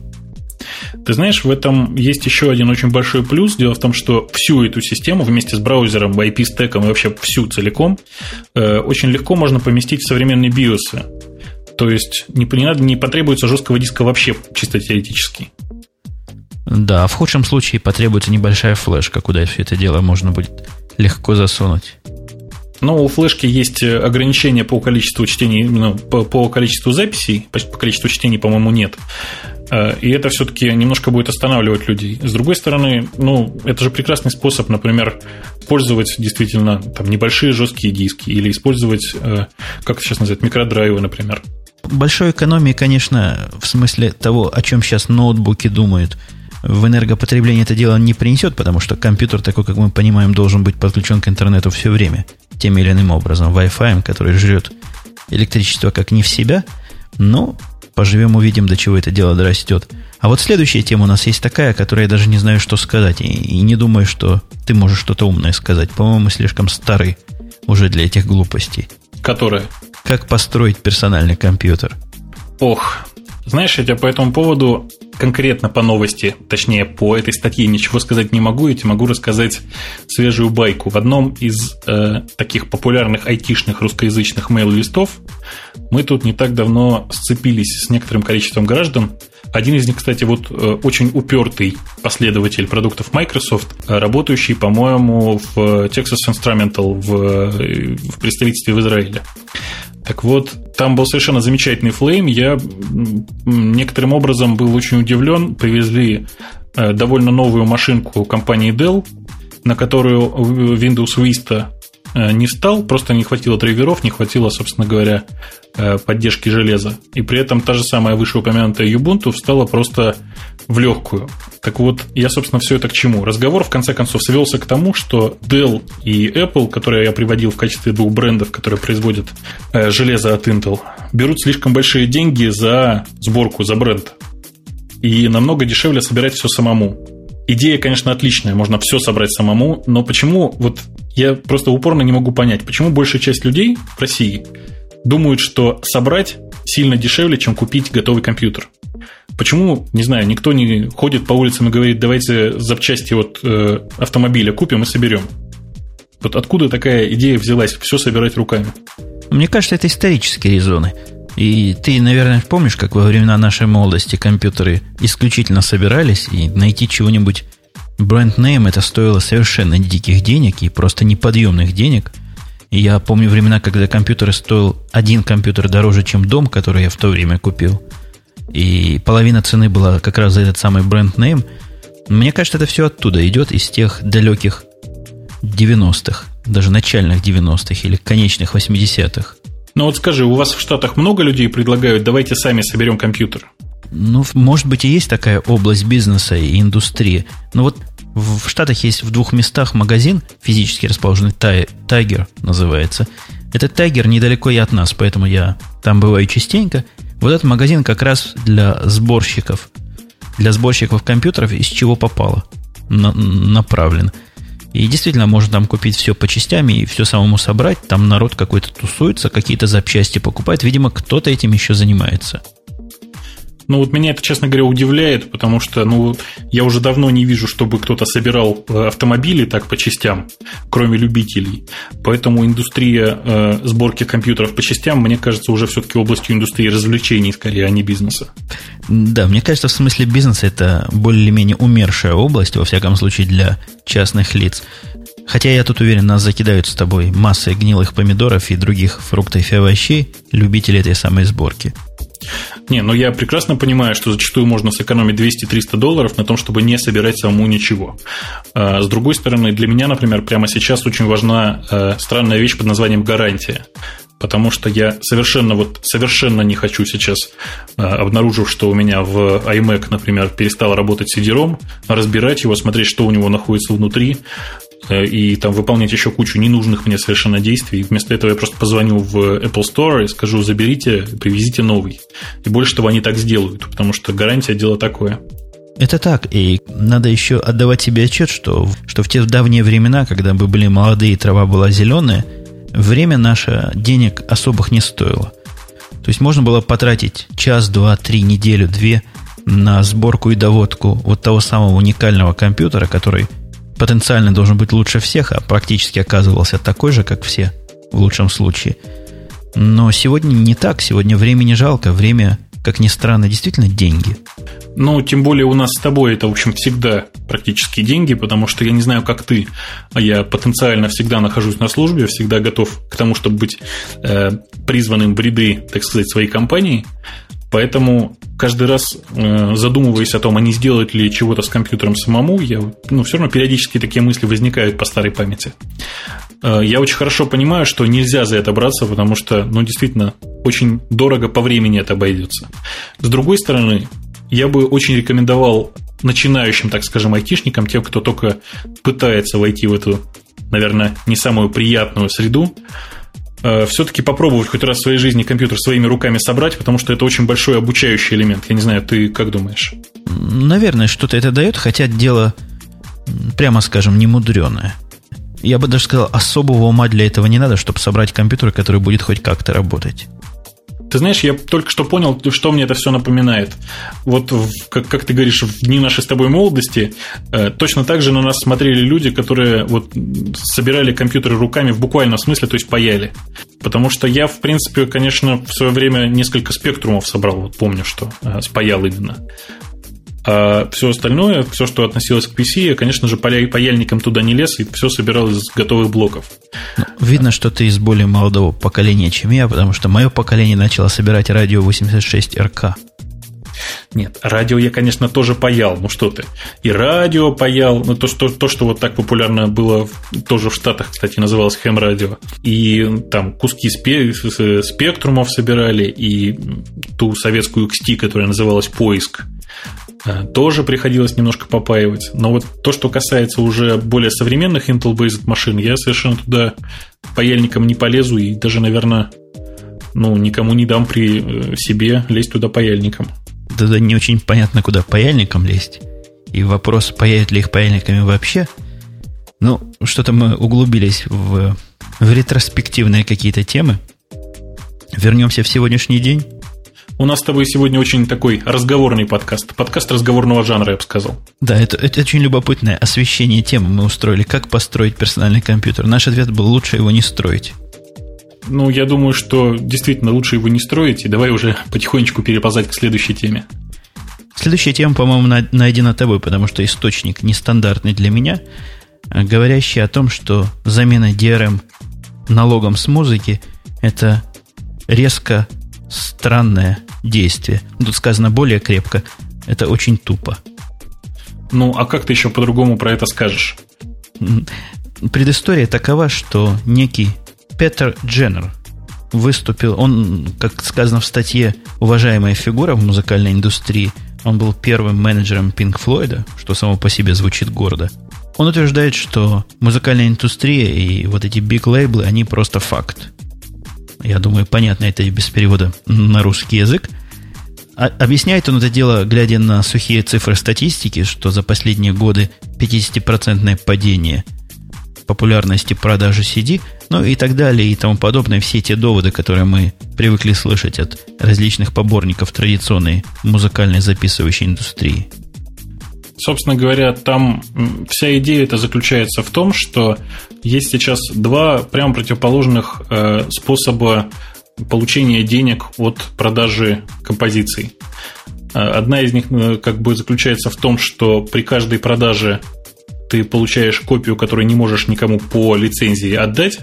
Ты знаешь, в этом есть еще один очень большой плюс. Дело в том, что всю эту систему вместе с браузером, IP-стеком и вообще всю целиком очень легко можно поместить в современные биосы. То есть не потребуется жесткого диска вообще, чисто теоретически. Да, в худшем случае потребуется небольшая флешка, куда все это дело можно будет легко засунуть. Но у флешки есть ограничения по количеству чтений, по количеству записей, по количеству чтений, по-моему, нет. И это все-таки немножко будет останавливать людей. С другой стороны, это же прекрасный способ, например, использовать действительно там небольшие жесткие диски или использовать, как это сейчас называют, микродрайвы, например. Большой экономии, конечно, в смысле того, о чем сейчас ноутбуки думают, в энергопотреблении это дело не принесет, потому что компьютер такой, как мы понимаем, должен быть подключен к интернету все время, тем или иным образом, Wi-Fi, который жрет электричество как не в себя, но поживем, увидим, до чего это дело дорастет. А вот следующая тема у нас есть такая, которая я даже не знаю, что сказать, и не думаю, что ты можешь что-то умное сказать. По-моему, мы слишком стары уже для этих глупостей. Которая? Как построить персональный компьютер? Ох, знаешь, я тебе по этому поводу конкретно по новости, точнее, по этой статье ничего сказать не могу, я тебе могу рассказать свежую байку. В одном из таких популярных айтишных русскоязычных мейл-листов мы тут не так давно сцепились с некоторым количеством граждан. Один из них, кстати, вот очень упертый последователь продуктов Microsoft, работающий, по-моему, в Texas Instrumental в представительстве в Израиле. Так вот, там был совершенно замечательный флейм. Я некоторым образом был очень удивлен. Привезли довольно новую машинку компании Dell, на которую Windows Vista не встал, просто не хватило драйверов, не хватило, собственно говоря, поддержки железа. И при этом та же самая вышеупомянутая Ubuntu встала просто в легкую. Так вот, я, собственно, все это к чему? Разговор, в конце концов, свелся к тому, что Dell и Apple, которые я приводил в качестве двух брендов, которые производят железо от Intel, берут слишком большие деньги за сборку, за бренд. И намного дешевле собирать все самому. Идея, конечно, отличная, можно все собрать самому, но почему, вот я просто упорно не могу понять, почему большая часть людей в России думают, что собрать сильно дешевле, чем купить готовый компьютер. Почему, не знаю, никто не ходит по улицам и говорит, давайте запчасти от автомобиля купим и соберем. Вот откуда такая идея взялась, все собирать руками? Мне кажется, это исторические резоны. И ты, наверное, помнишь, как во времена нашей молодости компьютеры исключительно собирались, и найти чего-нибудь бренд-нейм это стоило совершенно диких денег и просто неподъемных денег. И я помню времена, когда компьютер стоил один компьютер дороже, чем дом, который я в то время купил. И половина цены была как раз за этот самый бренд-нейм. Мне кажется, это все оттуда идет, из тех далеких 90-х, даже начальных 90-х или конечных 80-х. Ну вот скажи, у вас в Штатах много людей предлагают, давайте сами соберем компьютер? Ну, может быть, и есть такая область бизнеса и индустрии. Но вот в Штатах есть в 2 местах магазин, физически расположенный, Tiger называется. Этот Tiger недалеко и от нас, поэтому я там бываю частенько. Вот этот магазин как раз для сборщиков компьютеров, из чего попало, направлен. И действительно, можно там купить все по частям и все самому собрать. Там народ какой-то тусуется, какие-то запчасти покупает. Видимо, кто-то этим еще занимается. Ну, вот меня это, честно говоря, удивляет, потому что, я уже давно не вижу, чтобы кто-то собирал автомобили так по частям, кроме любителей. Поэтому индустрия сборки компьютеров по частям, мне кажется, уже все-таки областью индустрии развлечений, скорее, а не бизнеса. Да, мне кажется, в смысле бизнеса это более-менее умершая область, во всяком случае, для частных лиц. Хотя я тут уверен, нас закидают с тобой массой гнилых помидоров и других фруктов и овощей, любителей этой самой сборки. Не, я прекрасно понимаю, что зачастую можно сэкономить $200-300 на том, чтобы не собирать самому ничего. С другой стороны, для меня, например, прямо сейчас очень важна странная вещь под названием гарантия. Потому что я совершенно не хочу сейчас, обнаружив, что у меня в iMac, например, перестал работать CD-ROM, разбирать его, смотреть, что у него находится внутри, и там выполнять еще кучу ненужных мне совершенно действий. Вместо этого я просто позвоню в Apple Store и скажу, заберите, привезите новый. И больше того они так сделают, потому что гарантия – дело такое. Это так, и надо еще отдавать себе отчет, что в те давние времена, когда мы были молодые, трава была зеленая, время наше денег особых не стоило. То есть можно было потратить час, два, 3, неделю, 2 на сборку и доводку вот того самого уникального компьютера, который потенциально должен быть лучше всех, а практически оказывался такой же, как все, в лучшем случае. Но сегодня не так, сегодня времени жалко, время, как ни странно, действительно деньги. Ну, тем более у нас с тобой это, в общем, всегда практически деньги, потому что я не знаю, как ты, а я потенциально всегда нахожусь на службе, всегда готов к тому, чтобы быть призванным в ряды, так сказать, своей компании. Поэтому каждый раз, задумываясь о том, а не сделать ли чего-то с компьютером самому, все равно периодически такие мысли возникают по старой памяти. Я очень хорошо понимаю, что нельзя за это браться, потому что, действительно, очень дорого по времени это обойдется. С другой стороны, я бы очень рекомендовал начинающим, так скажем, айтишникам, тем, кто только пытается войти в эту, наверное, не самую приятную среду, все-таки попробовать хоть раз в своей жизни компьютер своими руками собрать, потому что это очень большой обучающий элемент. Я не знаю, ты как думаешь? Наверное, что-то это дает, хотя дело, прямо скажем, не мудреное. Я бы даже сказал, особого ума для этого не надо, чтобы собрать компьютер, который будет хоть как-то работать. Ты знаешь, я только что понял, что мне это все напоминает. Вот, как ты говоришь, в дни нашей с тобой молодости точно так же на нас смотрели люди, которые вот собирали компьютеры руками в буквальном смысле, то есть паяли. Потому что я, в принципе, конечно, в свое время несколько спектрумов собрал, вот помню, что спаял именно. А все остальное, все, что относилось к PC, я, конечно же, паяльником туда не лез и все собирал из готовых блоков. Видно, что ты из более молодого поколения, чем я, потому что мое поколение начало собирать радио 86 РК. Нет, радио я, конечно, тоже паял. Ну что ты? И радио паял. Ну, то, что вот так популярно было тоже в Штатах, кстати, называлось хэм-радио. И там куски спектрумов собирали, и ту советскую XT, которая называлась «Поиск», тоже приходилось немножко попаивать. Но вот то, что касается уже более современных Intel-based машин, я совершенно туда паяльником не полезу и даже, наверное, никому не дам при себе лезть туда паяльником. Да не очень понятно, куда паяльником лезть. И вопрос, паяют ли их паяльниками вообще. Что-то мы углубились в ретроспективные какие-то темы. Вернемся в сегодняшний день. У нас с тобой сегодня очень такой разговорный подкаст. Подкаст разговорного жанра, я бы сказал. Да, это очень любопытное освещение темы мы устроили. Как построить персональный компьютер? Наш ответ был: лучше его не строить. Я думаю, что действительно лучше его не строить. И давай уже потихонечку переползать к следующей теме. Следующая тема, по-моему, найдена тобой, потому что источник нестандартный для меня, говорящий о том, что замена DRM налогом с музыки – это резко странное действие. Тут сказано более крепко. Это очень тупо. А как ты еще по-другому про это скажешь? Предыстория такова, что некий Петер Дженнер выступил, он, как сказано в статье, уважаемая фигура в музыкальной индустрии. Он был первым менеджером Pink Floyd, что само по себе звучит гордо. Он утверждает, что музыкальная индустрия и вот эти биг-лейблы, они просто факт. Я думаю, понятно это и без перевода на русский язык. Объясняет он это дело, глядя на сухие цифры статистики, что за последние годы 50% падение популярности продажи CD, и так далее, и тому подобное. Все те доводы, которые мы привыкли слышать от различных поборников традиционной музыкальной записывающей индустрии. Собственно говоря, там вся идея это заключается в том, что есть сейчас два прямо противоположных способа получения денег от продажи композиций. Одна из них заключается в том, что при каждой продаже ты получаешь копию, которую не можешь никому по лицензии отдать.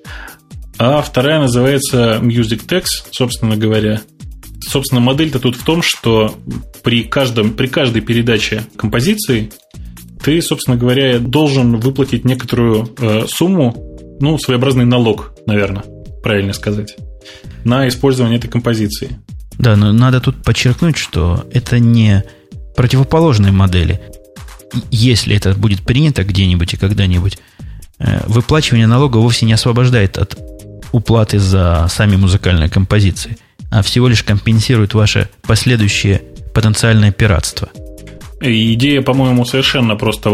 А вторая называется Music Tax, собственно говоря. Собственно, модель-то тут в том, что при каждой передаче композиции ты, собственно говоря, должен выплатить некоторую сумму, своеобразный налог, наверное, правильно сказать, на использование этой композиции. Да, но надо тут подчеркнуть, что это не противоположные модели. Если это будет принято где-нибудь и когда-нибудь, выплачивание налога вовсе не освобождает от уплаты за сами музыкальные композиции, а всего лишь компенсирует ваше последующее потенциальное пиратство. И идея, по-моему, совершенно просто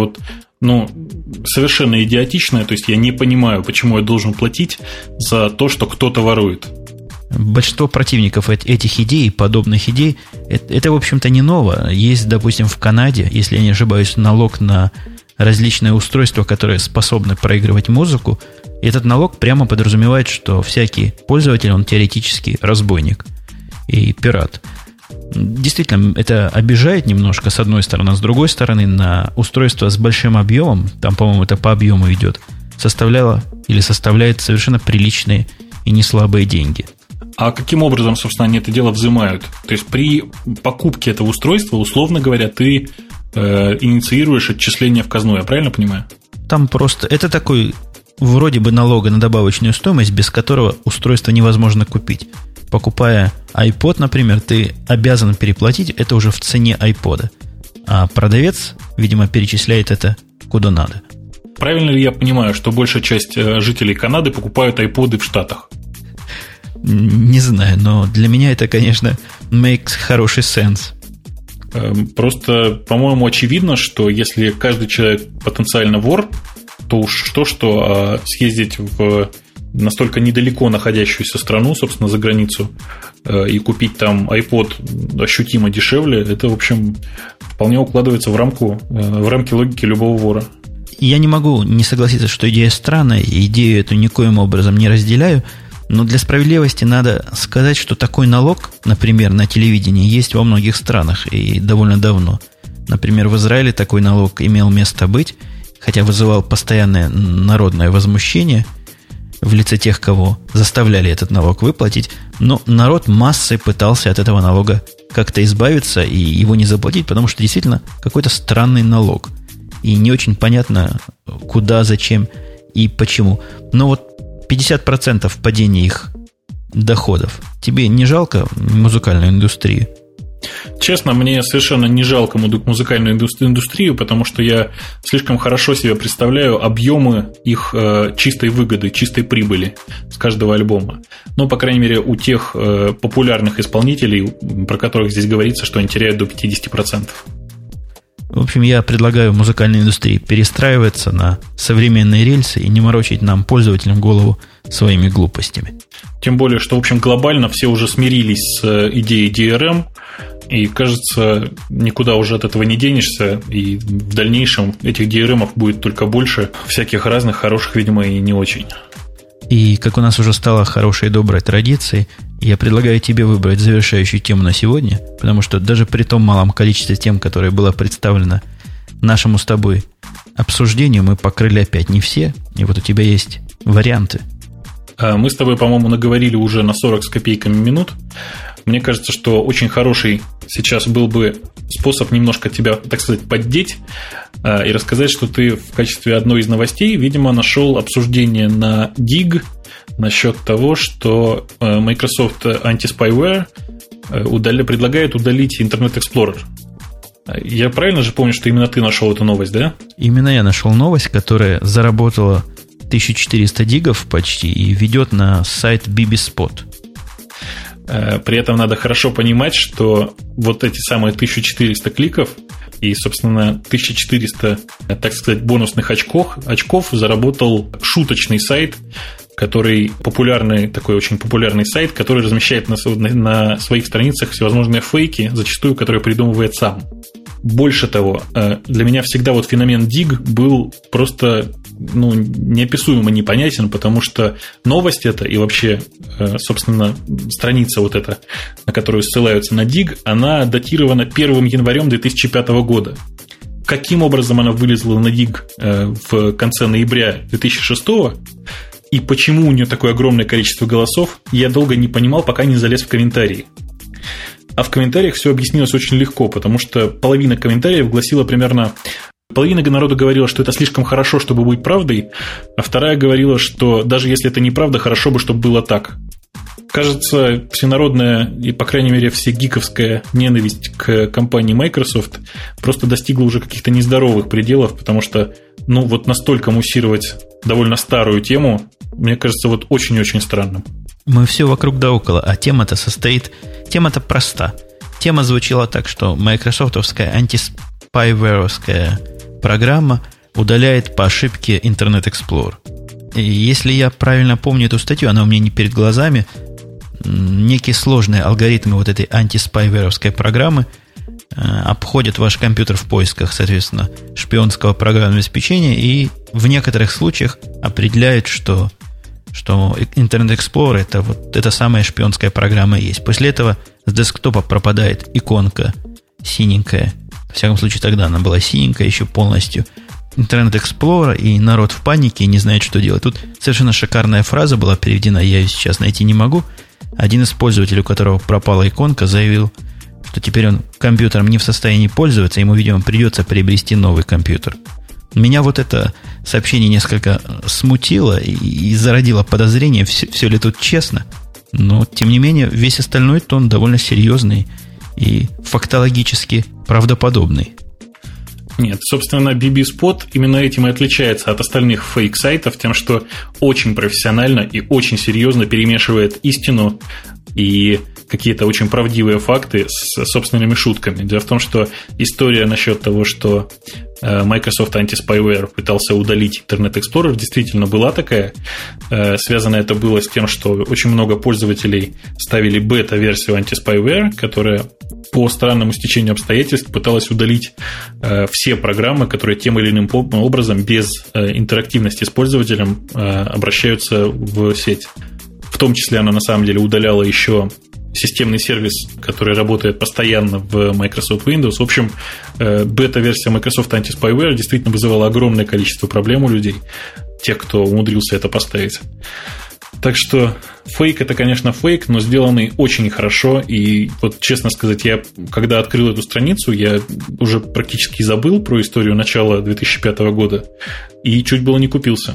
совершенно идиотичная. То есть я не понимаю, почему я должен платить за то, что кто-то ворует. Большинство противников этих идей, подобных идей, это, в общем-то, не ново. Есть, допустим, в Канаде, если я не ошибаюсь, налог на различные устройства, которые способны проигрывать музыку. И этот налог прямо подразумевает, что всякий пользователь, он теоретически разбойник и пират. Действительно, это обижает немножко, с одной стороны. С другой стороны, на устройство с большим объемом, там, по-моему, это по объему идет, составляет совершенно приличные и не слабые деньги. А каким образом, собственно, они это дело взимают? То есть при покупке этого устройства, условно говоря, ты инициируешь отчисление в казну, я правильно понимаю? Там просто... Это такой вроде бы налога на добавочную стоимость, без которого устройство невозможно купить. Покупая iPod, например, ты обязан переплатить, это уже в цене iPod. А продавец, видимо, перечисляет это куда надо. Правильно ли я понимаю, что большая часть жителей Канады покупают iPod в Штатах? Не знаю, но для меня это, конечно, makes хороший sense. Просто, по-моему, очевидно, что если каждый человек потенциально вор, то уж что съездить в настолько недалеко находящуюся страну, собственно, за границу, и купить там iPod ощутимо дешевле, это, в общем, вполне укладывается в рамки логики любого вора. Я не могу не согласиться, что идея странная, и идею эту никоим образом не разделяю, но для справедливости надо сказать, что такой налог, например, на телевидении есть во многих странах и довольно давно. Например, в Израиле такой налог имел место быть, хотя вызывал постоянное народное возмущение в лице тех, кого заставляли этот налог выплатить, но народ массой пытался от этого налога как-то избавиться и его не заплатить, потому что действительно какой-то странный налог. И не очень понятно, куда, зачем и почему. Но вот 50% падения их доходов. Тебе не жалко музыкальную индустрию? Честно, мне совершенно не жалко музыкальную индустрию, потому что я слишком хорошо себе представляю объемы их чистой выгоды, чистой прибыли с каждого альбома. Ну, по крайней мере, у тех популярных исполнителей, про которых здесь говорится, что они теряют до 50%. В общем, я предлагаю музыкальной индустрии перестраиваться на современные рельсы и не морочить нам, пользователям, голову своими глупостями. Тем более, что, в общем, глобально все уже смирились с идеей DRM, и, кажется, никуда уже от этого не денешься, и в дальнейшем этих DRM-ов будет только больше, всяких разных, хороших, видимо, и не очень. И, как у нас уже стало хорошей и доброй традицией, я предлагаю тебе выбрать завершающую тему на сегодня, потому что даже при том малом количестве тем, которое было представлено нашему с тобой обсуждению, мы покрыли опять не все, и вот у тебя есть варианты. Мы с тобой, по-моему, наговорили уже на 40 с копейками минут. Мне кажется, что очень хороший сейчас был бы способ немножко тебя, так сказать, поддеть и рассказать, что ты в качестве одной из новостей, видимо, нашел обсуждение на Dig насчет того, что Microsoft Anti-Spyware предлагает удалить Internet Explorer. Я правильно же помню, что именно ты нашел эту новость, да? Именно я нашел новость, которая заработала 1400 дигов почти и ведет на сайт BBSpot. При этом надо хорошо понимать, что вот эти самые 1400 кликов и, собственно, 1400, так сказать, бонусных очков заработал шуточный сайт, который такой очень популярный сайт, который размещает на своих страницах всевозможные фейки, зачастую которые придумывает сам. Больше того, для меня всегда вот феномен Dig был просто неописуемо непонятен, потому что новость эта и вообще, собственно, страница вот эта, на которую ссылаются на Dig, она датирована 1 январем 2005 года. Каким образом она вылезла на Dig в конце ноября 2006 и почему у нее такое огромное количество голосов, я долго не понимал, пока не залез в комментарии. А в комментариях все объяснилось очень легко, потому что половина комментариев гласила примерно... Половина народу говорила, что это слишком хорошо, чтобы быть правдой, а вторая говорила, что даже если это неправда, хорошо бы, чтобы было так. Кажется, всенародная и, по крайней мере, всегиковская ненависть к компании Microsoft просто достигла уже каких-то нездоровых пределов, потому что, вот настолько муссировать довольно старую тему, мне кажется, вот очень-очень странным. Мы все вокруг да около, а тема-то проста. Тема звучала так, что майкрософтовская антиспайверовская программа удаляет по ошибке Internet Explorer. И если я правильно помню эту статью, она у меня не перед глазами, некие сложные алгоритмы вот этой антиспайверовской программы обходят ваш компьютер в поисках, соответственно, шпионского программного обеспечения и в некоторых случаях определяют, что Internet Explorer это самая шпионская программа есть. После этого с десктопа пропадает иконка синенькая. Во всяком случае, тогда она была синенькая еще полностью. Internet Explorer, и народ в панике и не знает, что делать. Тут совершенно шикарная фраза была переведена, я ее сейчас найти не могу. Один из пользователей, у которого пропала иконка, заявил, что теперь он компьютером не в состоянии пользоваться, ему, видимо, придется приобрести новый компьютер. Меня вот это сообщение несколько смутило и зародило подозрение, все ли тут честно. Но, тем не менее, весь остальной тон довольно серьезный и фактологически правдоподобный. Нет, собственно, BB-Spot именно этим и отличается от остальных фейк-сайтов, тем, что очень профессионально и очень серьезно перемешивает истину и какие-то очень правдивые факты с собственными шутками. Дело в том, что история насчет того, что Microsoft Anti-Spyware пытался удалить Internet Explorer, действительно была такая. Связано это было с тем, что очень много пользователей ставили бета-версию Anti-Spyware, которая по странному стечению обстоятельств пыталась удалить все программы, которые тем или иным образом без интерактивности с пользователем обращаются в сеть. В том числе она на самом деле удаляла еще системный сервис, который работает постоянно в Microsoft Windows. В общем, бета-версия Microsoft Anti-Spyware действительно вызывала огромное количество проблем у людей, тех, кто умудрился это поставить. Так что фейк – это, конечно, фейк, но сделанный очень хорошо. И вот, честно сказать, я, когда открыл эту страницу, я уже практически забыл про историю начала 2005 года и чуть было не купился.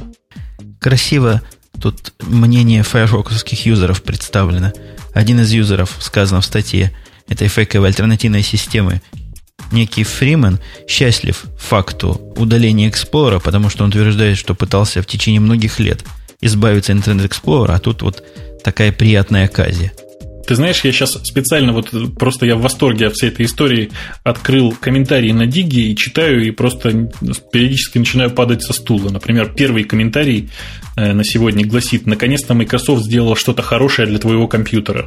Красиво тут мнение файрфоксовских юзеров представлено. Один из юзеров, сказано в статье этой фейковой альтернативной системы, некий Фримен, счастлив факту удаления Explorer, потому что он утверждает, что пытался в течение многих лет избавиться от Internet Explorer, а тут вот такая приятная оказия. Ты знаешь, я сейчас специально, просто я в восторге от всей этой истории, открыл комментарии на Диге и читаю, и просто периодически начинаю падать со стула. Например, первый комментарий на сегодня гласит: «Наконец-то Microsoft сделала что-то хорошее для твоего компьютера».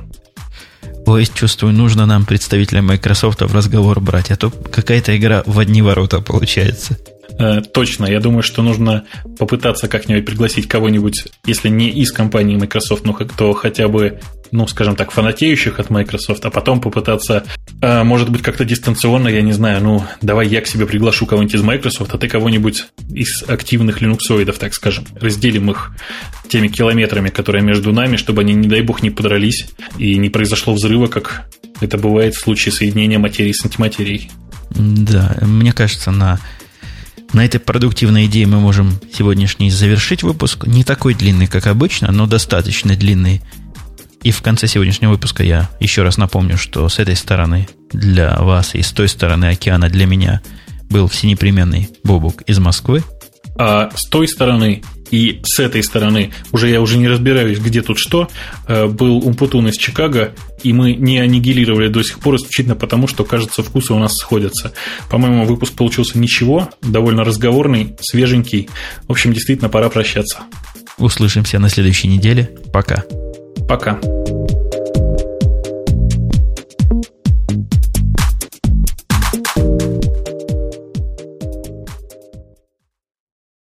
Ой, чувствую, нужно нам представителя Microsoft в разговор брать, а то какая-то игра в одни ворота получается. Точно, я думаю, что нужно попытаться как-нибудь пригласить кого-нибудь, если не из компании Microsoft, то хотя бы, скажем так, фанатеющих от Microsoft, а потом попытаться, может быть, как-то дистанционно, я не знаю, давай я к себе приглашу кого-нибудь из Microsoft, а ты кого-нибудь из активных линуксоидов, так скажем. Разделим их теми километрами, которые между нами, чтобы они, не дай бог, не подрались и не произошло взрыва, как это бывает в случае соединения материи с антиматерией. Да, мне кажется, на этой продуктивной идее мы можем сегодняшний завершить выпуск. Не такой длинный, как обычно, но достаточно длинный. И в конце сегодняшнего выпуска я еще раз напомню, что с этой стороны для вас и с той стороны океана для меня был всенепременный Бобук из Москвы. А с той стороны и с этой стороны, я уже не разбираюсь, где тут что, был Умпутун из Чикаго, и мы не аннигилировали до сих пор исключительно потому, что, кажется, вкусы у нас сходятся. По-моему, выпуск получился ничего, довольно разговорный, свеженький. В общем, действительно, пора прощаться. Услышимся на следующей неделе. Пока. Пока.